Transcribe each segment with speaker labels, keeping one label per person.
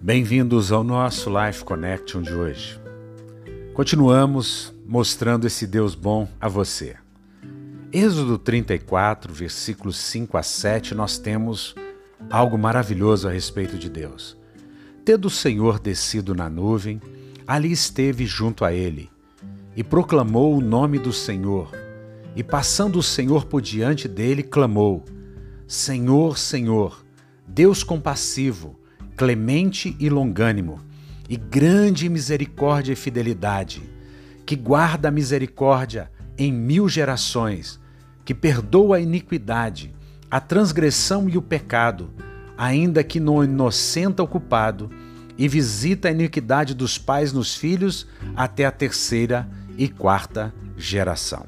Speaker 1: Bem-vindos ao nosso Life Connection de hoje. Continuamos mostrando esse Deus bom a você. Êxodo 34, versículos 5 a 7, nós temos algo maravilhoso a respeito de Deus. Tendo o Senhor descido na nuvem, ali esteve junto a ele, e proclamou o nome do Senhor. E passando o Senhor por diante dele, clamou: Senhor, Senhor, Deus compassivo, clemente e longânimo, e grande em misericórdia e fidelidade, que guarda a misericórdia em 1000 gerações, que perdoa a iniquidade, a transgressão e o pecado, ainda que não inocenta o culpado, e visita a iniquidade dos pais nos filhos até a 3ª e 4ª geração.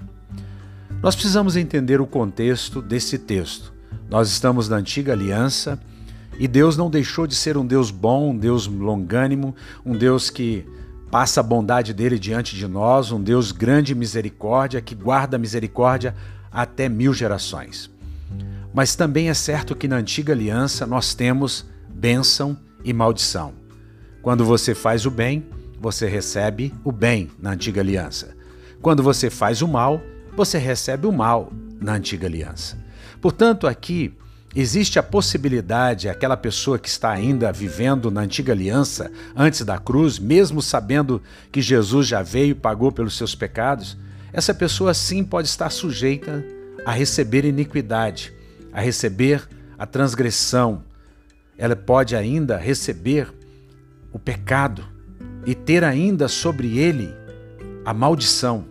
Speaker 1: Nós precisamos entender o contexto desse texto. Nós estamos na Antiga Aliança, e Deus não deixou de ser um Deus bom, um Deus longânimo, um Deus que passa a bondade dele diante de nós, um Deus grande em misericórdia, que guarda a misericórdia até 1000 gerações. Mas também é certo que na Antiga Aliança nós temos bênção e maldição. Quando você faz o bem, você recebe o bem na Antiga Aliança. Quando você faz o mal, você recebe o mal na Antiga Aliança. Portanto, aqui existe a possibilidade, aquela pessoa que está ainda vivendo na Antiga Aliança, antes da cruz, mesmo sabendo que Jesus já veio e pagou pelos seus pecados, essa pessoa sim pode estar sujeita a receber iniquidade, a receber a transgressão. Ela pode ainda receber o pecado e ter ainda sobre ele a maldição.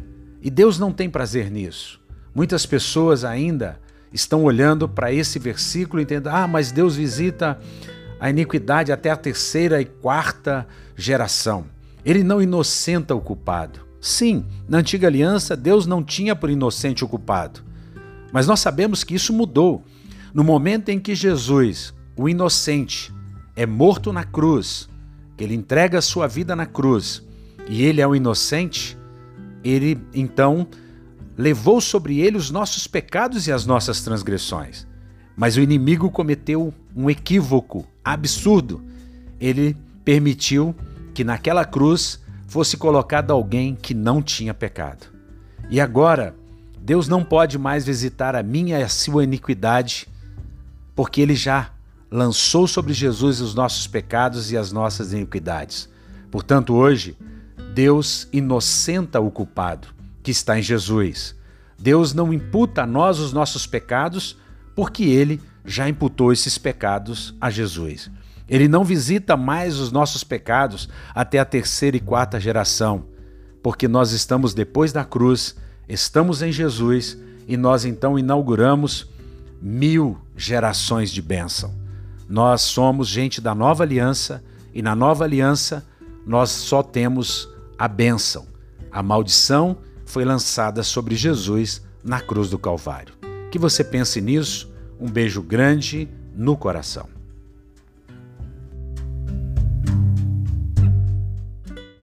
Speaker 1: E Deus não tem prazer nisso. Muitas pessoas ainda estão olhando para esse versículo e entendendo: mas Deus visita a iniquidade até a 3ª e 4ª geração. Ele não inocenta o culpado. Sim, na Antiga Aliança, Deus não tinha por inocente o culpado. Mas nós sabemos que isso mudou. No momento em que Jesus, o inocente, é morto na cruz, que ele entrega a sua vida na cruz, e ele é o inocente, ele então levou sobre ele os nossos pecados e as nossas transgressões. Mas o inimigo cometeu um equívoco absurdo. Ele permitiu que naquela cruz fosse colocado alguém que não tinha pecado. E agora, Deus não pode mais visitar a minha e a sua iniquidade, porque ele já lançou sobre Jesus os nossos pecados e as nossas iniquidades. Portanto, hoje, Deus inocenta o culpado, que está em Jesus. Deus não imputa a nós os nossos pecados, porque ele já imputou esses pecados a Jesus. Ele não visita mais os nossos pecados até a 3ª e 4ª geração, porque nós estamos depois da cruz, estamos em Jesus, e nós então inauguramos 1000 gerações de bênção. Nós somos gente da nova aliança, e na nova aliança nós só temos a bênção. A maldição foi lançada sobre Jesus na cruz do Calvário. Que você pense nisso. Um beijo grande no coração.